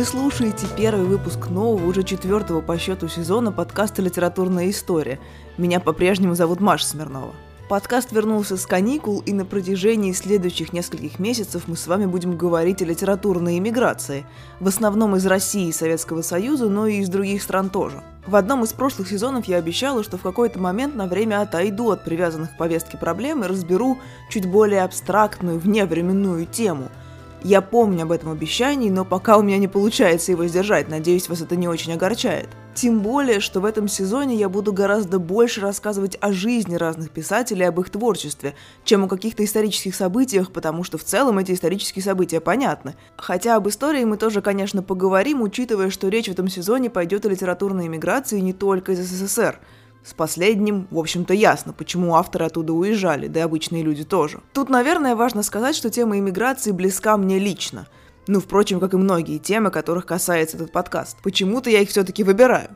слушаете первый выпуск нового, уже 4-го по счету сезона подкаста «Литературная история». Меня по-прежнему зовут Маша Смирнова. Подкаст вернулся с каникул, и на протяжении следующих нескольких месяцев мы с вами будем говорить о литературной эмиграции. В основном из России и Советского Союза, но и из других стран тоже. В одном из прошлых сезонов я обещала, что в какой-то момент на время отойду от привязанных к повестке проблем и разберу чуть более абстрактную, вневременную тему. Я помню об этом обещании, но пока у меня не получается его сдержать, надеюсь, вас это не очень огорчает. Тем более, что в этом сезоне я буду гораздо больше рассказывать о жизни разных писателей, об их творчестве, чем о каких-то исторических событиях, потому что в целом эти исторические события понятны. Хотя об истории мы тоже, конечно, поговорим, учитывая, что речь в этом сезоне пойдет о литературной эмиграции не только из СССР. С последним, в общем-то, ясно, почему авторы оттуда уезжали, да и обычные люди тоже. Тут, наверное, важно сказать, что тема эмиграции близка мне лично. Впрочем, как и многие темы, которых касается этот подкаст. Почему-то я их все-таки выбираю.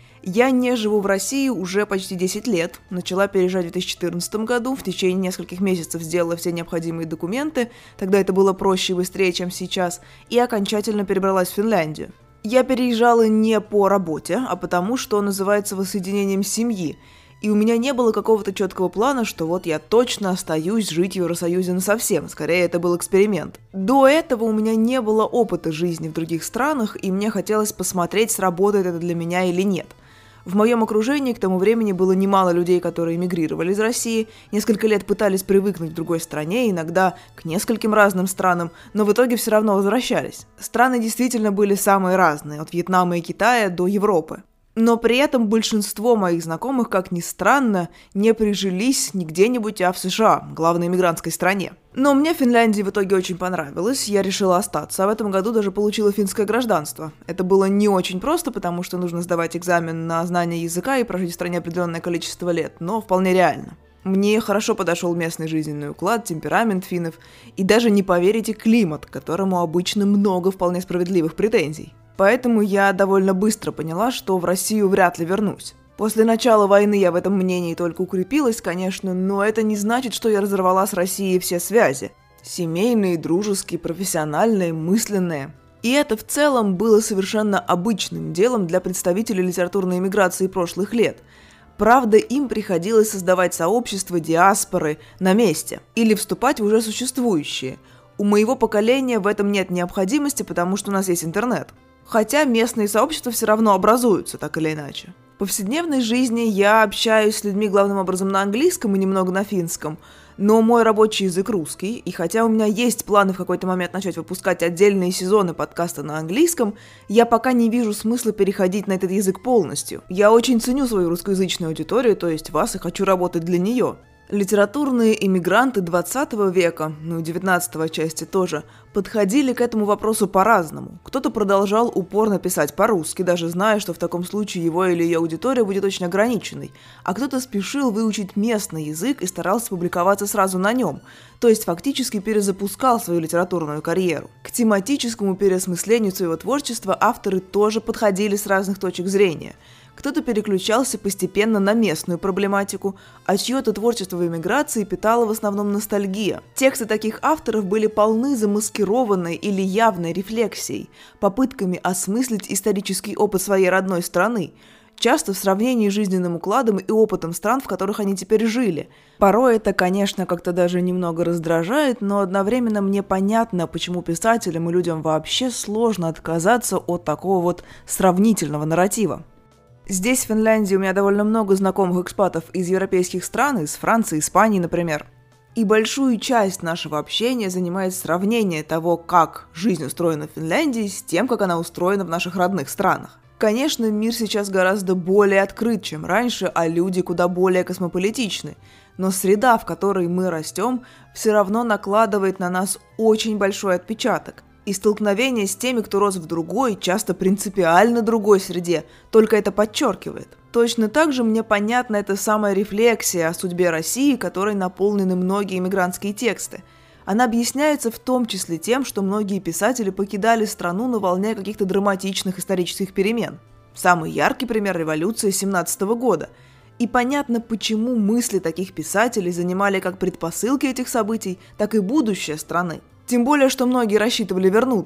Я не живу в России уже почти 10 лет. Начала переезжать в 2014 году, в течение нескольких месяцев сделала все необходимые документы, тогда это было проще и быстрее, чем сейчас, и окончательно перебралась в Финляндию. Я переезжала не по работе, а потому, что называется воссоединением семьи, и у меня не было какого-то четкого плана, что вот я точно остаюсь жить в Евросоюзе насовсем, скорее это был эксперимент. До этого у меня не было опыта жизни в других странах, и мне хотелось посмотреть, сработает это для меня или нет. В моем окружении к тому времени было немало людей, которые эмигрировали из России, несколько лет пытались привыкнуть к другой стране, иногда к нескольким разным странам, но в итоге все равно возвращались. Страны действительно были самые разные, от Вьетнама и Китая до Европы. Но при этом большинство моих знакомых, как ни странно, не прижились не где-нибудь, а в США, главной эмигрантской стране. Но мне Финляндия в итоге очень понравилась, я решила остаться, а в этом году даже получила финское гражданство. Это было не очень просто, потому что нужно сдавать экзамен на знание языка и прожить в стране определенное количество лет, но вполне реально. Мне хорошо подошел местный жизненный уклад, темперамент финнов и даже, не поверите, климат, к которому обычно много вполне справедливых претензий. Поэтому я довольно быстро поняла, что в Россию вряд ли вернусь. После начала войны я в этом мнении только укрепилась, конечно, но это не значит, что я разорвала с Россией все связи. Семейные, дружеские, профессиональные, мысленные. И это в целом было совершенно обычным делом для представителей литературной эмиграции прошлых лет. Правда, им приходилось создавать сообщества, диаспоры на месте или вступать в уже существующие. У моего поколения в этом нет необходимости, потому что у нас есть интернет. Хотя местные сообщества все равно образуются, так или иначе. В повседневной жизни я общаюсь с людьми главным образом на английском и немного на финском, но мой рабочий язык русский, и хотя у меня есть планы в какой-то момент начать выпускать отдельные сезоны подкаста на английском, я пока не вижу смысла переходить на этот язык полностью. Я очень ценю свою русскоязычную аудиторию, то есть вас, и хочу работать для нее. Литературные эмигранты 20 века, 19-го отчасти тоже, подходили к этому вопросу по-разному. Кто-то продолжал упорно писать по-русски, даже зная, что в таком случае его или ее аудитория будет очень ограниченной, а кто-то спешил выучить местный язык и старался публиковаться сразу на нем, то есть фактически перезапускал свою литературную карьеру. К тематическому переосмыслению своего творчества авторы тоже подходили с разных точек зрения. Кто-то переключался постепенно на местную проблематику, а чье-то творчество в эмиграции питала в основном ностальгия. Тексты таких авторов были полны замаскированной или явной рефлексией, попытками осмыслить исторический опыт своей родной страны, часто в сравнении с жизненным укладом и опытом стран, в которых они теперь жили. Порой это, конечно, как-то даже немного раздражает, но одновременно мне понятно, почему писателям и людям вообще сложно отказаться от такого вот сравнительного нарратива. Здесь, в Финляндии, у меня довольно много знакомых экспатов из европейских стран, из Франции, Испании, например. И большую часть нашего общения занимает сравнение того, как жизнь устроена в Финляндии, с тем, как она устроена в наших родных странах. Конечно, мир сейчас гораздо более открыт, чем раньше, а люди куда более космополитичны. Но среда, в которой мы растем, все равно накладывает на нас очень большой отпечаток. И столкновение с теми, кто рос в другой, часто принципиально другой среде, только это подчеркивает. Точно так же мне понятна эта самая рефлексия о судьбе России, которой наполнены многие иммигрантские тексты. Она объясняется в том числе тем, что многие писатели покидали страну на волне каких-то драматичных исторических перемен. Самый яркий пример – революция 17 года. И понятно, почему мысли таких писателей занимали как предпосылки этих событий, так и будущее страны. Тем более, что многие рассчитывали вернуться.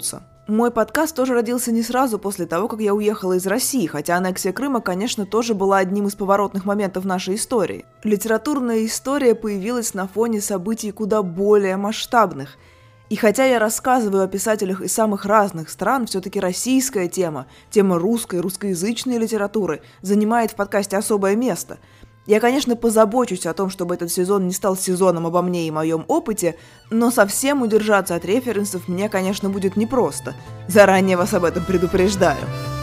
Мой подкаст тоже родился не сразу после того, как я уехала из России, хотя аннексия Крыма, конечно, тоже была одним из поворотных моментов нашей истории. Литературная история появилась на фоне событий куда более масштабных. И хотя я рассказываю о писателях из самых разных стран, все-таки российская тема русской, русскоязычной литературы, занимает в подкасте особое место. Я, конечно, позабочусь о том, чтобы этот сезон не стал сезоном обо мне и моем опыте, но совсем удержаться от референсов мне, конечно, будет непросто. Заранее вас об этом предупреждаю.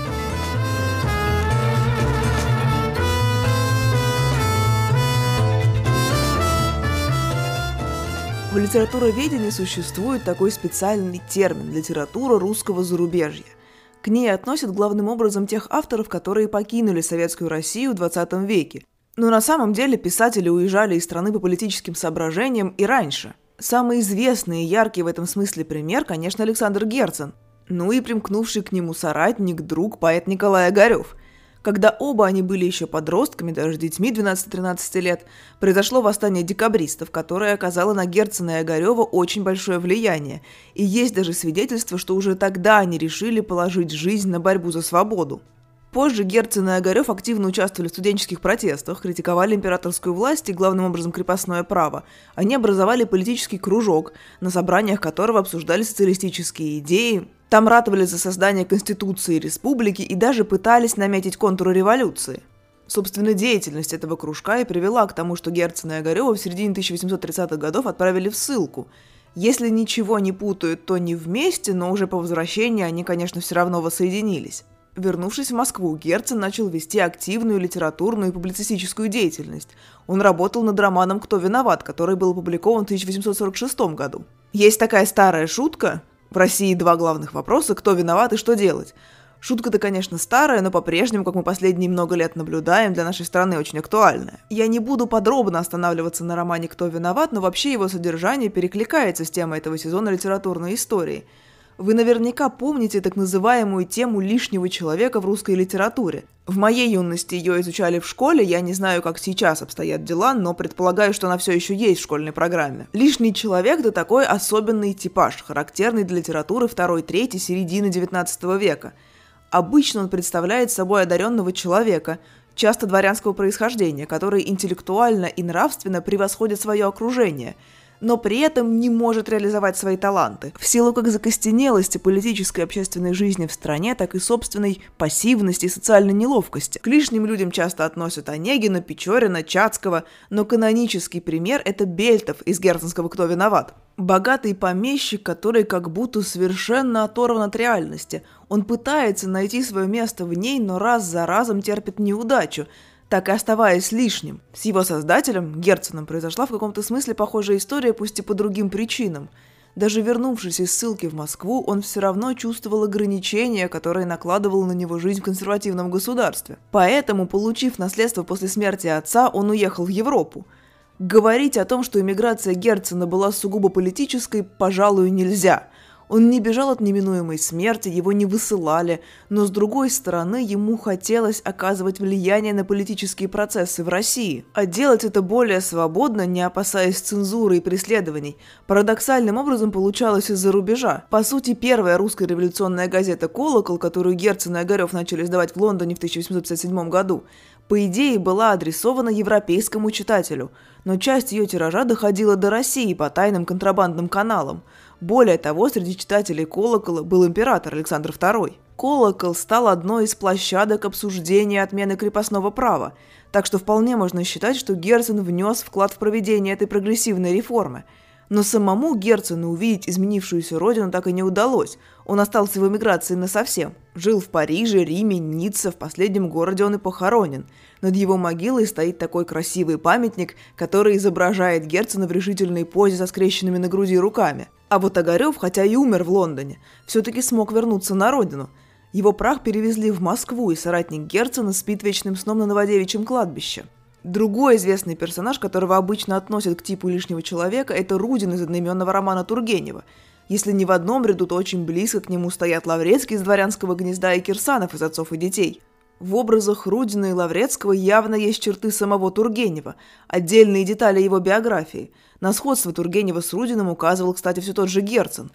В литературоведении существует такой специальный термин – литература русского зарубежья. К ней относят главным образом тех авторов, которые покинули Советскую Россию в 20 веке. Но на самом деле писатели уезжали из страны по политическим соображениям и раньше. Самый известный и яркий в этом смысле пример, конечно, Александр Герцен. Ну и примкнувший к нему соратник, друг, поэт Николай Огарев. Когда оба они были еще подростками, даже детьми 12-13 лет, произошло восстание декабристов, которое оказало на Герцена и Огарева очень большое влияние. И есть даже свидетельство, что уже тогда они решили положить жизнь на борьбу за свободу. Позже Герцен и Огарев активно участвовали в студенческих протестах, критиковали императорскую власть и, главным образом, крепостное право. Они образовали политический кружок, на собраниях которого обсуждали социалистические идеи. Там ратовали за создание Конституции и Республики и даже пытались наметить контуры революции. Собственно, деятельность этого кружка и привела к тому, что Герцена и Огарева в середине 1830-х годов отправили в ссылку. Если ничего не путают, то не вместе, но уже по возвращении они, конечно, все равно воссоединились. Вернувшись в Москву, Герцен начал вести активную литературную и публицистическую деятельность. Он работал над романом «Кто виноват», который был опубликован в 1846 году. Есть такая старая шутка: в России два главных вопроса – кто виноват и что делать. Шутка-то, конечно, старая, но по-прежнему, как мы последние много лет наблюдаем, для нашей страны очень актуальная. Я не буду подробно останавливаться на романе «Кто виноват», но вообще его содержание перекликается с темой этого сезона литературной истории. Вы наверняка помните так называемую тему лишнего человека в русской литературе. В моей юности ее изучали в школе, я не знаю, как сейчас обстоят дела, но предполагаю, что она все еще есть в школьной программе. Лишний человек – это такой особенный типаж, характерный для литературы второй-третьей середины XIX века. Обычно он представляет собой одаренного человека, часто дворянского происхождения, который интеллектуально и нравственно превосходит свое окружение – но при этом не может реализовать свои таланты. В силу как закостенелости политической и общественной жизни в стране, так и собственной пассивности и социальной неловкости. К лишним людям часто относят Онегина, Печорина, Чацкого, но канонический пример – это Бельтов из герценского «Кто виноват?». Богатый помещик, который как будто совершенно оторван от реальности. Он пытается найти свое место в ней, но раз за разом терпит неудачу, так и оставаясь лишним. С его создателем, Герценом, произошла в каком-то смысле похожая история, пусть и по другим причинам. Даже вернувшись из ссылки в Москву, он все равно чувствовал ограничения, которые накладывала на него жизнь в консервативном государстве. Поэтому, получив наследство после смерти отца, он уехал в Европу. Говорить о том, что эмиграция Герцена была сугубо политической, пожалуй, нельзя. Он не бежал от неминуемой смерти, его не высылали, но, с другой стороны, ему хотелось оказывать влияние на политические процессы в России, а делать это более свободно, не опасаясь цензуры и преследований. Парадоксальным образом получалось из-за рубежа. По сути, первая русская революционная газета «Колокол», которую Герцен и Огарев начали издавать в Лондоне в 1857 году, по идее, была адресована европейскому читателю, но часть ее тиража доходила до России по тайным контрабандным каналам. Более того, среди читателей «Колокола» был император Александр II. «Колокол» стал одной из площадок обсуждения отмены крепостного права, так что вполне можно считать, что Герцен внес вклад в проведение этой прогрессивной реформы. Но самому Герцену увидеть изменившуюся родину так и не удалось. Он остался в эмиграции насовсем. Жил в Париже, Риме, Ницце, в последнем городе он и похоронен. Над его могилой стоит такой красивый памятник, который изображает Герцена в решительной позе со скрещенными на груди руками. А вот Огарев, хотя и умер в Лондоне, все-таки смог вернуться на родину. Его прах перевезли в Москву, и соратник Герцена спит вечным сном на Новодевичьем кладбище. Другой известный персонаж, которого обычно относят к типу лишнего человека, это Рудин из одноименного романа Тургенева. Если не в одном ряду, то очень близко к нему стоят Лаврецкий из «Дворянского гнезда» и Кирсанов из «Отцов и детей». В образах Рудина и Лаврецкого явно есть черты самого Тургенева, отдельные детали его биографии. На сходство Тургенева с Рудиным указывал, кстати, все тот же Герцен.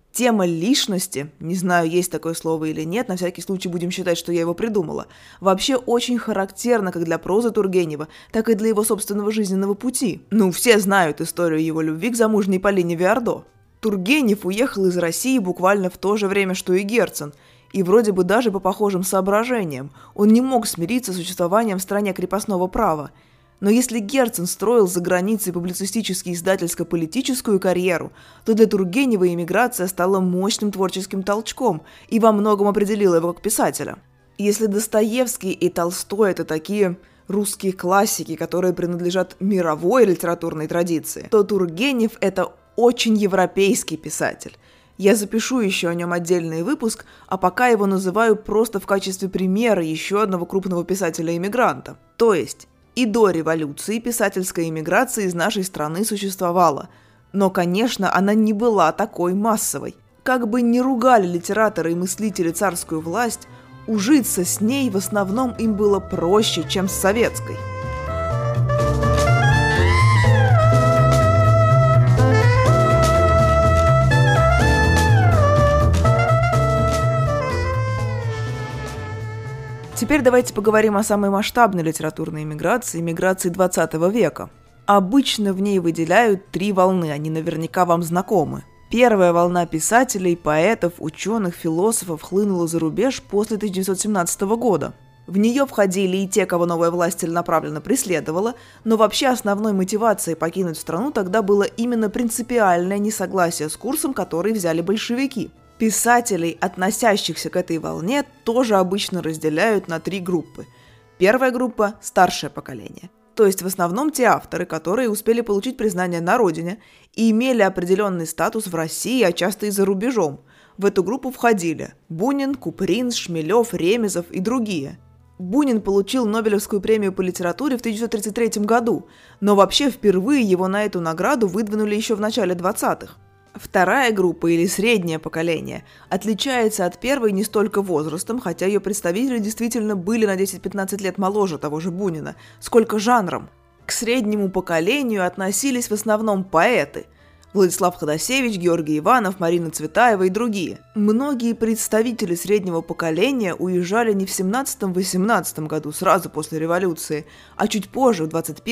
Тема личности, не знаю, есть такое слово или нет, на всякий случай будем считать, что я его придумала, вообще очень характерна как для прозы Тургенева, так и для его собственного жизненного пути. Все знают историю его любви к замужней Полине Виардо. Тургенев уехал из России буквально в то же время, что и Герцен, и вроде бы даже по похожим соображениям. Он не мог смириться с существованием в стране крепостного права. Но если Герцен строил за границей публицистически издательско-политическую карьеру, то для Тургенева эмиграция стала мощным творческим толчком и во многом определила его как писателя. Если Достоевский и Толстой – это такие русские классики, которые принадлежат мировой литературной традиции, то Тургенев – это очень европейский писатель. Я запишу еще о нем отдельный выпуск, а пока его называю просто в качестве примера еще одного крупного писателя-эмигранта. То есть и до революции писательская эмиграция из нашей страны существовала. Но, конечно, она не была такой массовой. Как бы ни ругали литераторы и мыслители царскую власть, ужиться с ней в основном им было проще, чем с советской. Теперь давайте поговорим о самой масштабной литературной эмиграции – эмиграции 20 века. Обычно в ней выделяют 3 волны, они наверняка вам знакомы. Первая волна писателей, поэтов, ученых, философов хлынула за рубеж после 1917 года. В нее входили и те, кого новая власть целенаправленно преследовала, но вообще основной мотивацией покинуть страну тогда было именно принципиальное несогласие с курсом, который взяли большевики. Писателей, относящихся к этой волне, тоже обычно разделяют на 3 группы. Первая группа – старшее поколение. То есть в основном те авторы, которые успели получить признание на родине и имели определенный статус в России, а часто и за рубежом. В эту группу входили Бунин, Куприн, Шмелев, Ремезов и другие. Бунин получил Нобелевскую премию по литературе в 1933 году, но вообще впервые его на эту награду выдвинули еще в начале 20-х. Вторая группа, или среднее поколение, отличается от первой не столько возрастом, хотя ее представители действительно были на 10-15 лет моложе того же Бунина, сколько жанром. К среднему поколению относились в основном поэты – Владислав Ходосевич, Георгий Иванов, Марина Цветаева и другие. Многие представители среднего поколения уезжали не в 17-18 году, сразу после революции, а чуть позже, в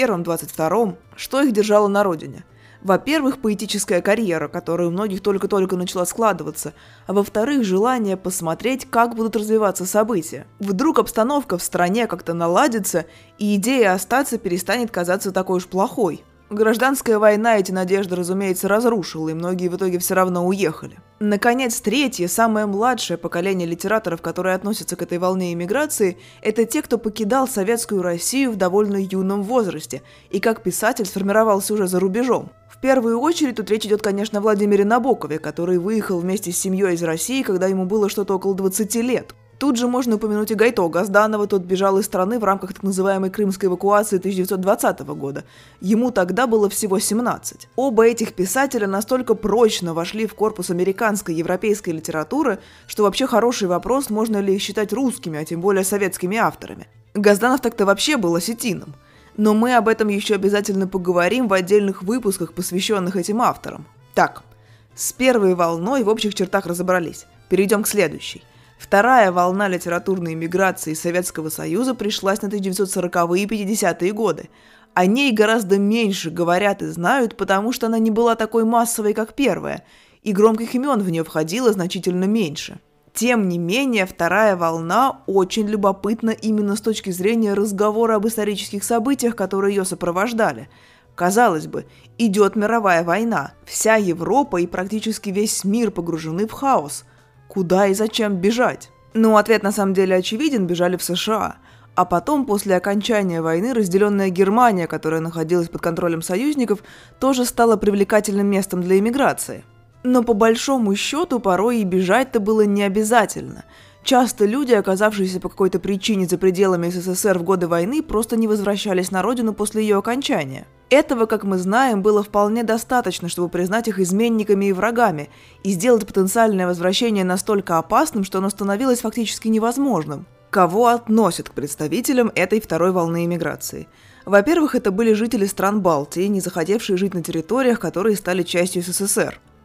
21-22. Что их держало на родине? Во-первых, поэтическая карьера, которая у многих только-только начала складываться, а во-вторых, желание посмотреть, как будут развиваться события. Вдруг обстановка в стране как-то наладится, и идея остаться перестанет казаться такой уж плохой. Гражданская война эти надежды, разумеется, разрушила, и многие в итоге все равно уехали. Наконец, третье, самое младшее поколение литераторов, которые относятся к этой волне эмиграции, это те, кто покидал советскую Россию в довольно юном возрасте и как писатель сформировался уже за рубежом. В первую очередь тут речь идет, конечно, о Владимире Набокове, который выехал вместе с семьей из России, когда ему было что-то около 20 лет. Тут же можно упомянуть и Гайто Газданова, тот бежал из страны в рамках так называемой крымской эвакуации 1920 года. Ему тогда было всего 17. Оба этих писателя настолько прочно вошли в корпус американской и европейской литературы, что вообще хороший вопрос, можно ли их считать русскими, а тем более советскими авторами. Газданов так-то вообще был осетином. Но мы об этом еще обязательно поговорим в отдельных выпусках, посвященных этим авторам. Так, с первой волной в общих чертах разобрались. Перейдем к следующей. Вторая волна литературной эмиграции из Советского Союза пришлась на 1940-е и 50-е годы. О ней гораздо меньше говорят и знают, потому что она не была такой массовой, как первая, и громких имен в нее входило значительно меньше. Тем не менее, вторая волна очень любопытна именно с точки зрения разговора об исторических событиях, которые ее сопровождали. Казалось бы, идет мировая война, вся Европа и практически весь мир погружены в хаос. Куда и зачем бежать? Ответ на самом деле очевиден, бежали в США. А потом, после окончания войны, разделенная Германия, которая находилась под контролем союзников, тоже стала привлекательным местом для эмиграции. Но по большому счету порой и бежать-то было не обязательно. Часто люди, оказавшиеся по какой-то причине за пределами СССР в годы войны, просто не возвращались на родину после ее окончания. Этого, как мы знаем, было вполне достаточно, чтобы признать их изменниками и врагами, и сделать потенциальное возвращение настолько опасным, что оно становилось фактически невозможным. Кого относят к представителям этой второй волны эмиграции? Во-первых, это были жители стран Балтии, не захотевшие жить на территориях, которые стали частью СССР.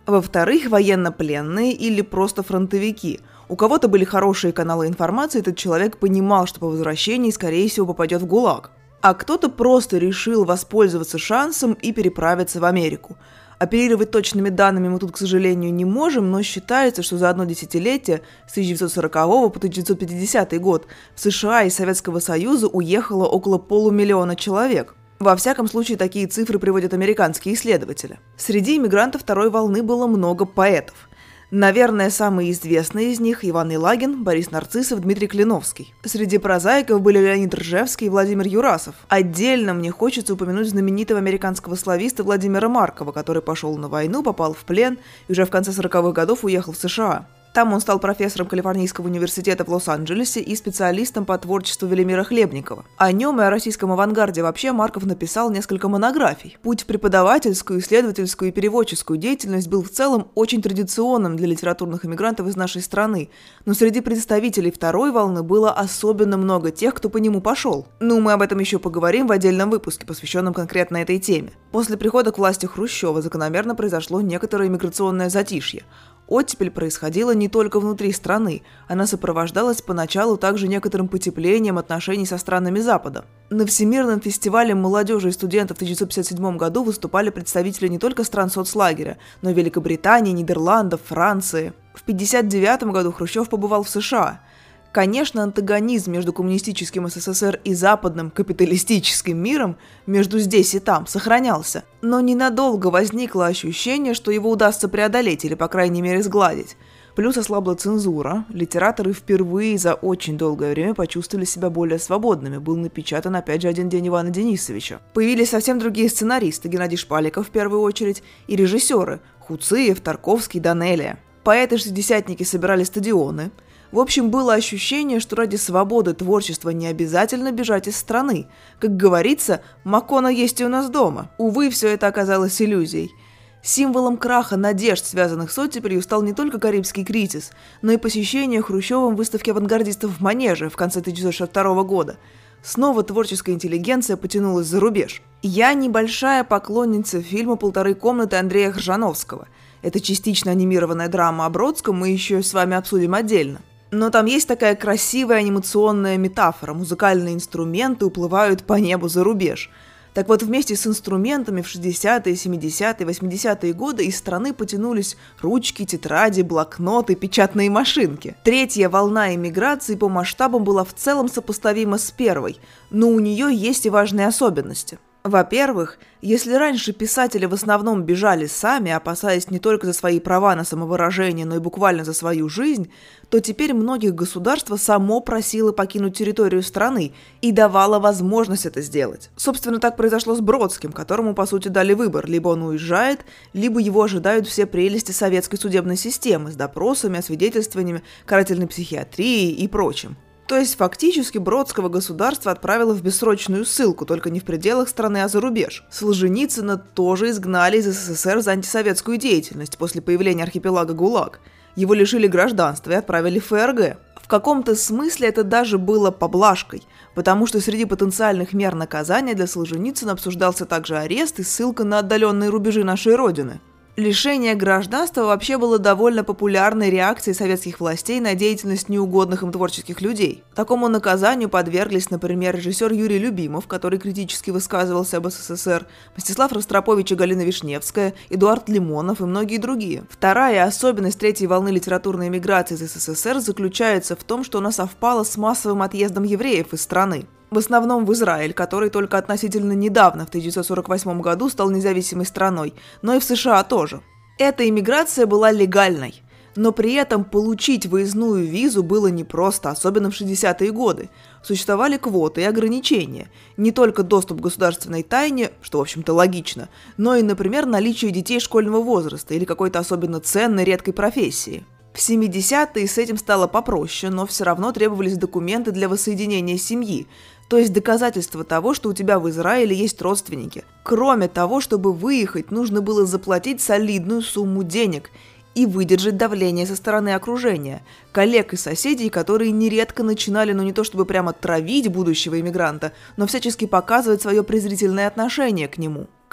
Во-вторых, военнопленные или просто фронтовики. У кого-то были хорошие каналы информации, этот человек понимал, что по возвращении, скорее всего, попадет в ГУЛАГ. А кто-то просто решил воспользоваться шансом и переправиться в Америку. Оперировать точными данными мы тут, к сожалению, не можем, но считается, что за одно десятилетие, с 1940 по 1950 год, в США из Советского Союза уехало около 500 000 человек. Во всяком случае, такие цифры приводят американские исследователи. Среди иммигрантов второй волны было много поэтов. Наверное, самые известные из них – Иван Елагин, Борис Нарциссов, Дмитрий Клиновский. Среди прозаиков были Леонид Ржевский и Владимир Юрасов. Отдельно мне хочется упомянуть знаменитого американского слависта Владимира Маркова, который пошел на войну, попал в плен и уже в конце 40-х годов уехал в США. Там он стал профессором Калифорнийского университета в Лос-Анджелесе и специалистом по творчеству Велимира Хлебникова. О нем и о российском авангарде вообще Марков написал несколько монографий. Путь в преподавательскую, исследовательскую и переводческую деятельность был в целом очень традиционным для литературных эмигрантов из нашей страны, но среди представителей второй волны было особенно много тех, кто по нему пошел. Мы об этом еще поговорим в отдельном выпуске, посвященном конкретно этой теме. После прихода к власти Хрущева закономерно произошло некоторое миграционное затишье. Оттепель происходила не только внутри страны, она сопровождалась поначалу также некоторым потеплением отношений со странами Запада. На Всемирном фестивале молодежи и студентов в 1957 году выступали представители не только стран соцлагеря, но и Великобритании, Нидерландов, Франции. В 1959 году Хрущев побывал в США. Конечно, антагонизм между коммунистическим СССР и западным капиталистическим миром между здесь и там сохранялся, но ненадолго возникло ощущение, что его удастся преодолеть или, по крайней мере, сгладить. Плюс ослабла цензура, литераторы впервые за очень долгое время почувствовали себя более свободными, был напечатан опять же «Один день Ивана Денисовича». Появились совсем другие сценаристы, Геннадий Шпаликов в первую очередь, и режиссеры Хуциев, Тарковский, Данелия. Поэты-шестидесятники собирали стадионы. В общем, было ощущение, что ради свободы творчества не обязательно бежать из страны. Как говорится, Макона есть и у нас дома. Увы, все это оказалось иллюзией. Символом краха надежд, связанных с оттепелью, стал не только Карибский кризис, но и посещение Хрущевым выставки авангардистов в Манеже в конце 1962 года. Снова творческая интеллигенция потянулась за рубеж. Я небольшая поклонница фильма «Полторы комнаты» Андрея Хржановского. Это частично анимированная драма о Бродском, мы еще с вами обсудим отдельно. Но там есть такая красивая анимационная метафора. Музыкальные инструменты уплывают по небу за рубеж. Так вот, вместе с инструментами в 60-е, 70-е, 80-е годы из страны потянулись ручки, тетради, блокноты, печатные машинки. Третья волна эмиграции по масштабам была в целом сопоставима с первой, но у нее есть и важные особенности. Во-первых, если раньше писатели в основном бежали сами, опасаясь не только за свои права на самовыражение, но и буквально за свою жизнь, то теперь многих государство само просило покинуть территорию страны и давало возможность это сделать. Собственно, так произошло с Бродским, которому, по сути, дали выбор. Либо он уезжает, либо его ожидают все прелести советской судебной системы с допросами, освидетельствованиями, карательной психиатрией и прочим. То есть фактически Бродского государство отправило в бессрочную ссылку, только не в пределах страны, а за рубеж. Солженицына тоже изгнали из СССР за антисоветскую деятельность после появления архипелага ГУЛАГ. Его лишили гражданства и отправили в ФРГ. В каком-то смысле это даже было поблажкой, потому что среди потенциальных мер наказания для Солженицына обсуждался также арест и ссылка на отдаленные рубежи нашей Родины. Лишение гражданства вообще было довольно популярной реакцией советских властей на деятельность неугодных им творческих людей. Такому наказанию подверглись, например, режиссер Юрий Любимов, который критически высказывался об СССР, Мстислав Ростропович и Галина Вишневская, Эдуард Лимонов и многие другие. Вторая особенность третьей волны литературной эмиграции из СССР заключается в том, что она совпала с массовым отъездом евреев из страны. В основном в Израиль, который только относительно недавно, в 1948 году, стал независимой страной, но и в США тоже. Эта иммиграция была легальной, но при этом получить выездную визу было непросто, особенно в 60-е годы. Существовали квоты и ограничения. Не только доступ к государственной тайне, что, в общем-то, логично, но и, например, наличие детей школьного возраста или какой-то особенно ценной, редкой профессии. В 70-е с этим стало попроще, но все равно требовались документы для воссоединения семьи, то есть доказательство того, что у тебя в Израиле есть родственники. Кроме того, чтобы выехать, нужно было заплатить солидную сумму денег и выдержать давление со стороны окружения, коллег и соседей, которые нередко начинали, не то чтобы прямо травить будущего иммигранта, но всячески показывать свое презрительное отношение к нему.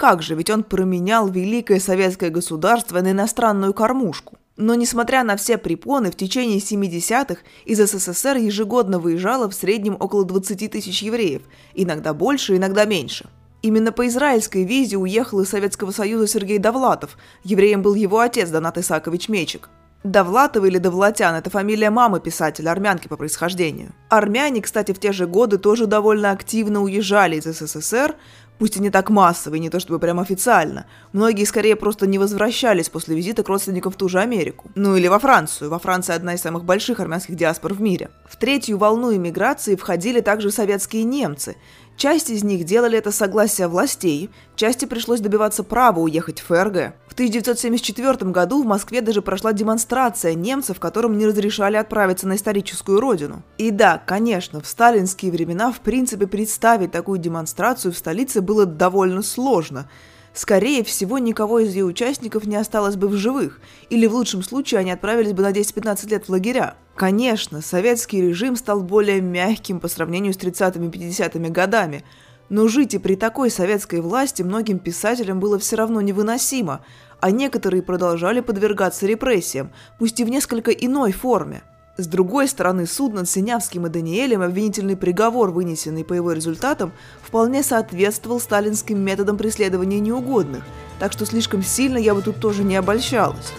Как же, ведь он променял великое советское государство на иностранную кормушку. Но несмотря на все препоны, в течение 70-х из СССР ежегодно выезжало в среднем около 20 тысяч евреев, иногда больше, иногда меньше. Именно по израильской визе уехал из Советского Союза Сергей Довлатов, евреем был его отец Донат Исаакович Мечик. Довлатовы или Довлатян – это фамилия мамы писателя, армянки по происхождению. Армяне, кстати, в те же годы тоже довольно активно уезжали из СССР, пусть и не так массово, и не то чтобы прям официально. Многие скорее просто не возвращались после визита к родственникам в ту же Америку. Ну или во Францию. Во Франции одна из самых больших армянских диаспор в мире. В третью волну эмиграции входили также советские немцы. Часть из них делали это с согласия властей, части пришлось добиваться права уехать в ФРГ. В 1974 году в Москве даже прошла демонстрация немцев, которым не разрешали отправиться на историческую родину. И да, конечно, в сталинские времена в принципе представить такую демонстрацию в столице было довольно сложно. Скорее всего, никого из ее участников не осталось бы в живых, или в лучшем случае они отправились бы на 10-15 лет в лагеря. Конечно, советский режим стал более мягким по сравнению с 30-ми и 50-ми годами, но жить и при такой советской власти многим писателям было все равно невыносимо, а некоторые продолжали подвергаться репрессиям, пусть и в несколько иной форме. С другой стороны, суд над Синявским и Даниэлем, обвинительный приговор, вынесенный по его результатам, вполне соответствовал сталинским методам преследования неугодных, так что слишком сильно я бы тут тоже не обольщалась.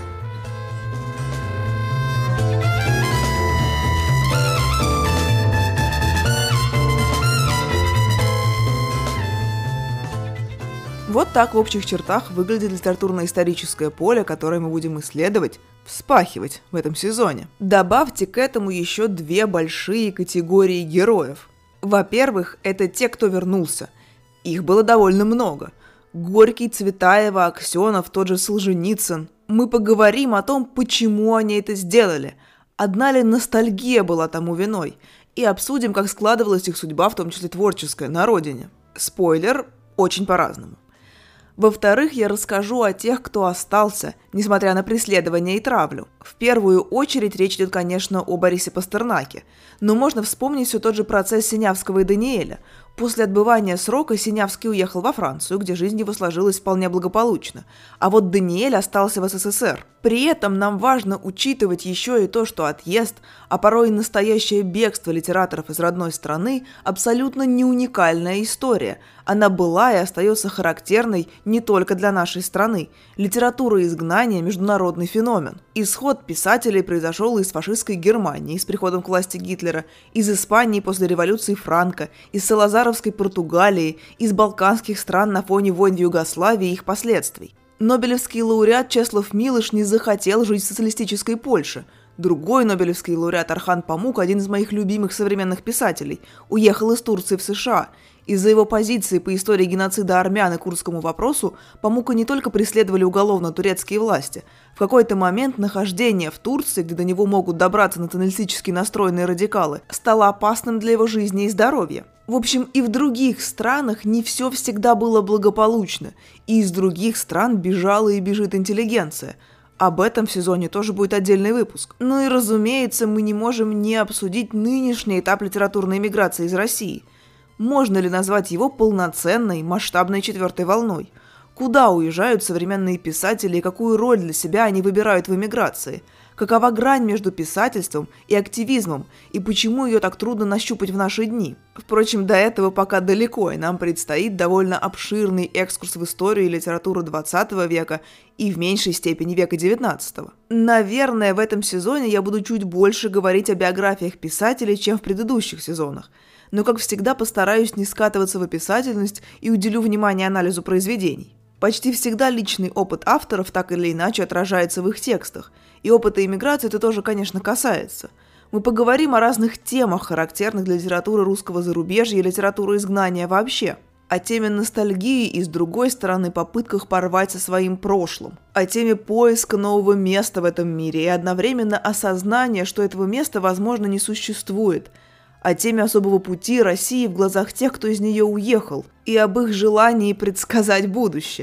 Вот так в общих чертах выглядит литературно-историческое поле, которое мы будем исследовать, вспахивать в этом сезоне. Добавьте к этому еще две большие категории героев. Во-первых, это те, кто вернулся. Их было довольно много. Горький, Цветаева, Аксенов, тот же Солженицын. Мы поговорим о том, почему они это сделали. Одна ли ностальгия была тому виной. И обсудим, как складывалась их судьба, в том числе творческая, на родине. Спойлер, очень по-разному. Во-вторых, я расскажу о тех, кто остался, несмотря на преследование и травлю. В первую очередь речь идет, конечно, о Борисе Пастернаке, но можно вспомнить все тот же процесс Синявского и Даниэля. После отбывания срока Синявский уехал во Францию, где жизнь его сложилась вполне благополучно, а вот Даниэль остался в СССР. При этом нам важно учитывать еще и то, что отъезд, а порой и настоящее бегство литераторов из родной страны абсолютно не уникальная история. Она была и остается характерной не только для нашей страны. Литература изгнания – международный феномен. Исход писателей произошел из фашистской Германии с приходом к власти Гитлера, из Испании после революции Франко, из Салазаровской Португалии, из балканских стран на фоне войн в Югославии и их последствий. Нобелевский лауреат Чеслав Милош не захотел жить в социалистической Польше. Другой нобелевский лауреат Орхан Памук, один из моих любимых современных писателей, уехал из Турции в США. Из-за его позиции по истории геноцида армян и курдскому вопросу Памука не только преследовали уголовно турецкие власти. В какой-то момент нахождение в Турции, где до него могут добраться националистически настроенные радикалы, стало опасным для его жизни и здоровья. В общем, и в других странах не все всегда было благополучно, и из других стран бежала и бежит интеллигенция. Об этом в сезоне тоже будет отдельный выпуск. Ну и, разумеется, мы не можем не обсудить нынешний этап литературной эмиграции из России. Можно ли назвать его полноценной, масштабной четвертой волной? Куда уезжают современные писатели и какую роль для себя они выбирают в эмиграции? Какова грань между писательством и активизмом, и почему ее так трудно нащупать в наши дни? Впрочем, до этого пока далеко, и нам предстоит довольно обширный экскурс в историю и литературу XX века и в меньшей степени века XIX. Наверное, в этом сезоне я буду чуть больше говорить о биографиях писателей, чем в предыдущих сезонах. Но, как всегда, постараюсь не скатываться в описательность и уделю внимание анализу произведений. Почти всегда личный опыт авторов так или иначе отражается в их текстах, и опыта иммиграции это тоже, конечно, касается. Мы поговорим о разных темах, характерных для литературы русского зарубежья и литературы изгнания вообще, о теме ностальгии и, с другой стороны, попытках порвать со своим прошлым, о теме поиска нового места в этом мире и одновременно осознания, что этого места, возможно, не существует, о теме особого пути России в глазах тех, кто из нее уехал, и об их желании предсказать будущее.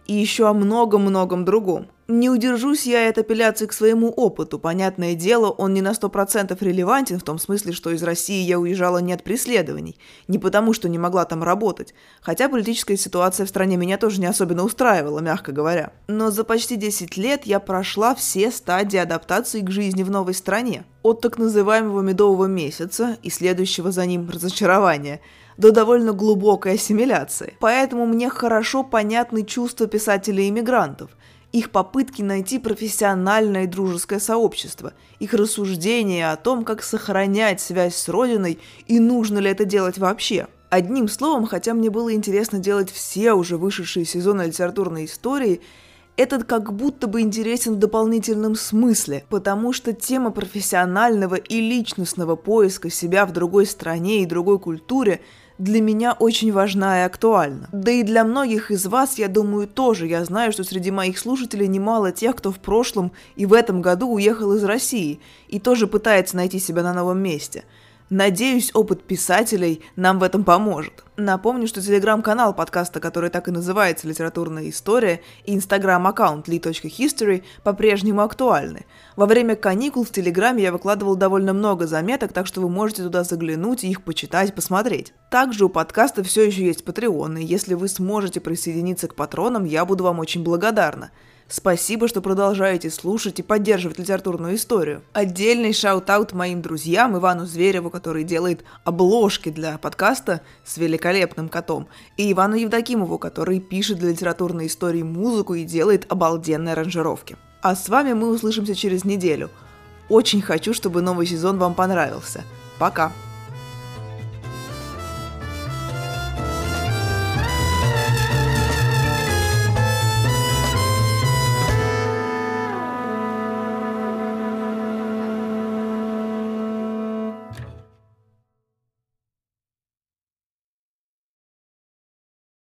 И еще о многом-многом другом. Не удержусь я от апелляции к своему опыту. Понятное дело, он не на 100% релевантен в том смысле, что из России я уезжала не от преследований, не потому, что не могла там работать. Хотя политическая ситуация в стране меня тоже не особенно устраивала, мягко говоря. Но за почти 10 лет я прошла все стадии адаптации к жизни в новой стране. От так называемого медового месяца и следующего за ним разочарования до довольно глубокой ассимиляции. Поэтому мне хорошо понятны чувства писателей-иммигрантов, их попытки найти профессиональное и дружеское сообщество, их рассуждения о том, как сохранять связь с родиной и нужно ли это делать вообще. Одним словом, хотя мне было интересно делать все уже вышедшие сезоны литературной истории, этот как будто бы интересен в дополнительном смысле, потому что тема профессионального и личностного поиска себя в другой стране и другой культуре для меня очень важна и актуальна. Да и для многих из вас, я думаю, тоже. Я знаю, что среди моих слушателей немало тех, кто в прошлом и в этом году уехал из России и тоже пытается найти себя на новом месте. Надеюсь, опыт писателей нам в этом поможет. Напомню, что телеграм-канал подкаста, который так и называется «Литературная история», и инстаграм-аккаунт li.history по-прежнему актуальны. Во время каникул в телеграме я выкладывал довольно много заметок, так что вы можете туда заглянуть и их почитать, посмотреть. Также у подкаста все еще есть Patreon, и если вы сможете присоединиться к патронам, я буду вам очень благодарна. Спасибо, что продолжаете слушать и поддерживать литературную историю. Отдельный шаут-аут моим друзьям, Ивану Звереву, который делает обложки для подкаста с великолепным котом, и Ивану Евдокимову, который пишет для литературной истории музыку и делает обалденные аранжировки. А с вами мы услышимся через неделю. Очень хочу, чтобы новый сезон вам понравился. Пока!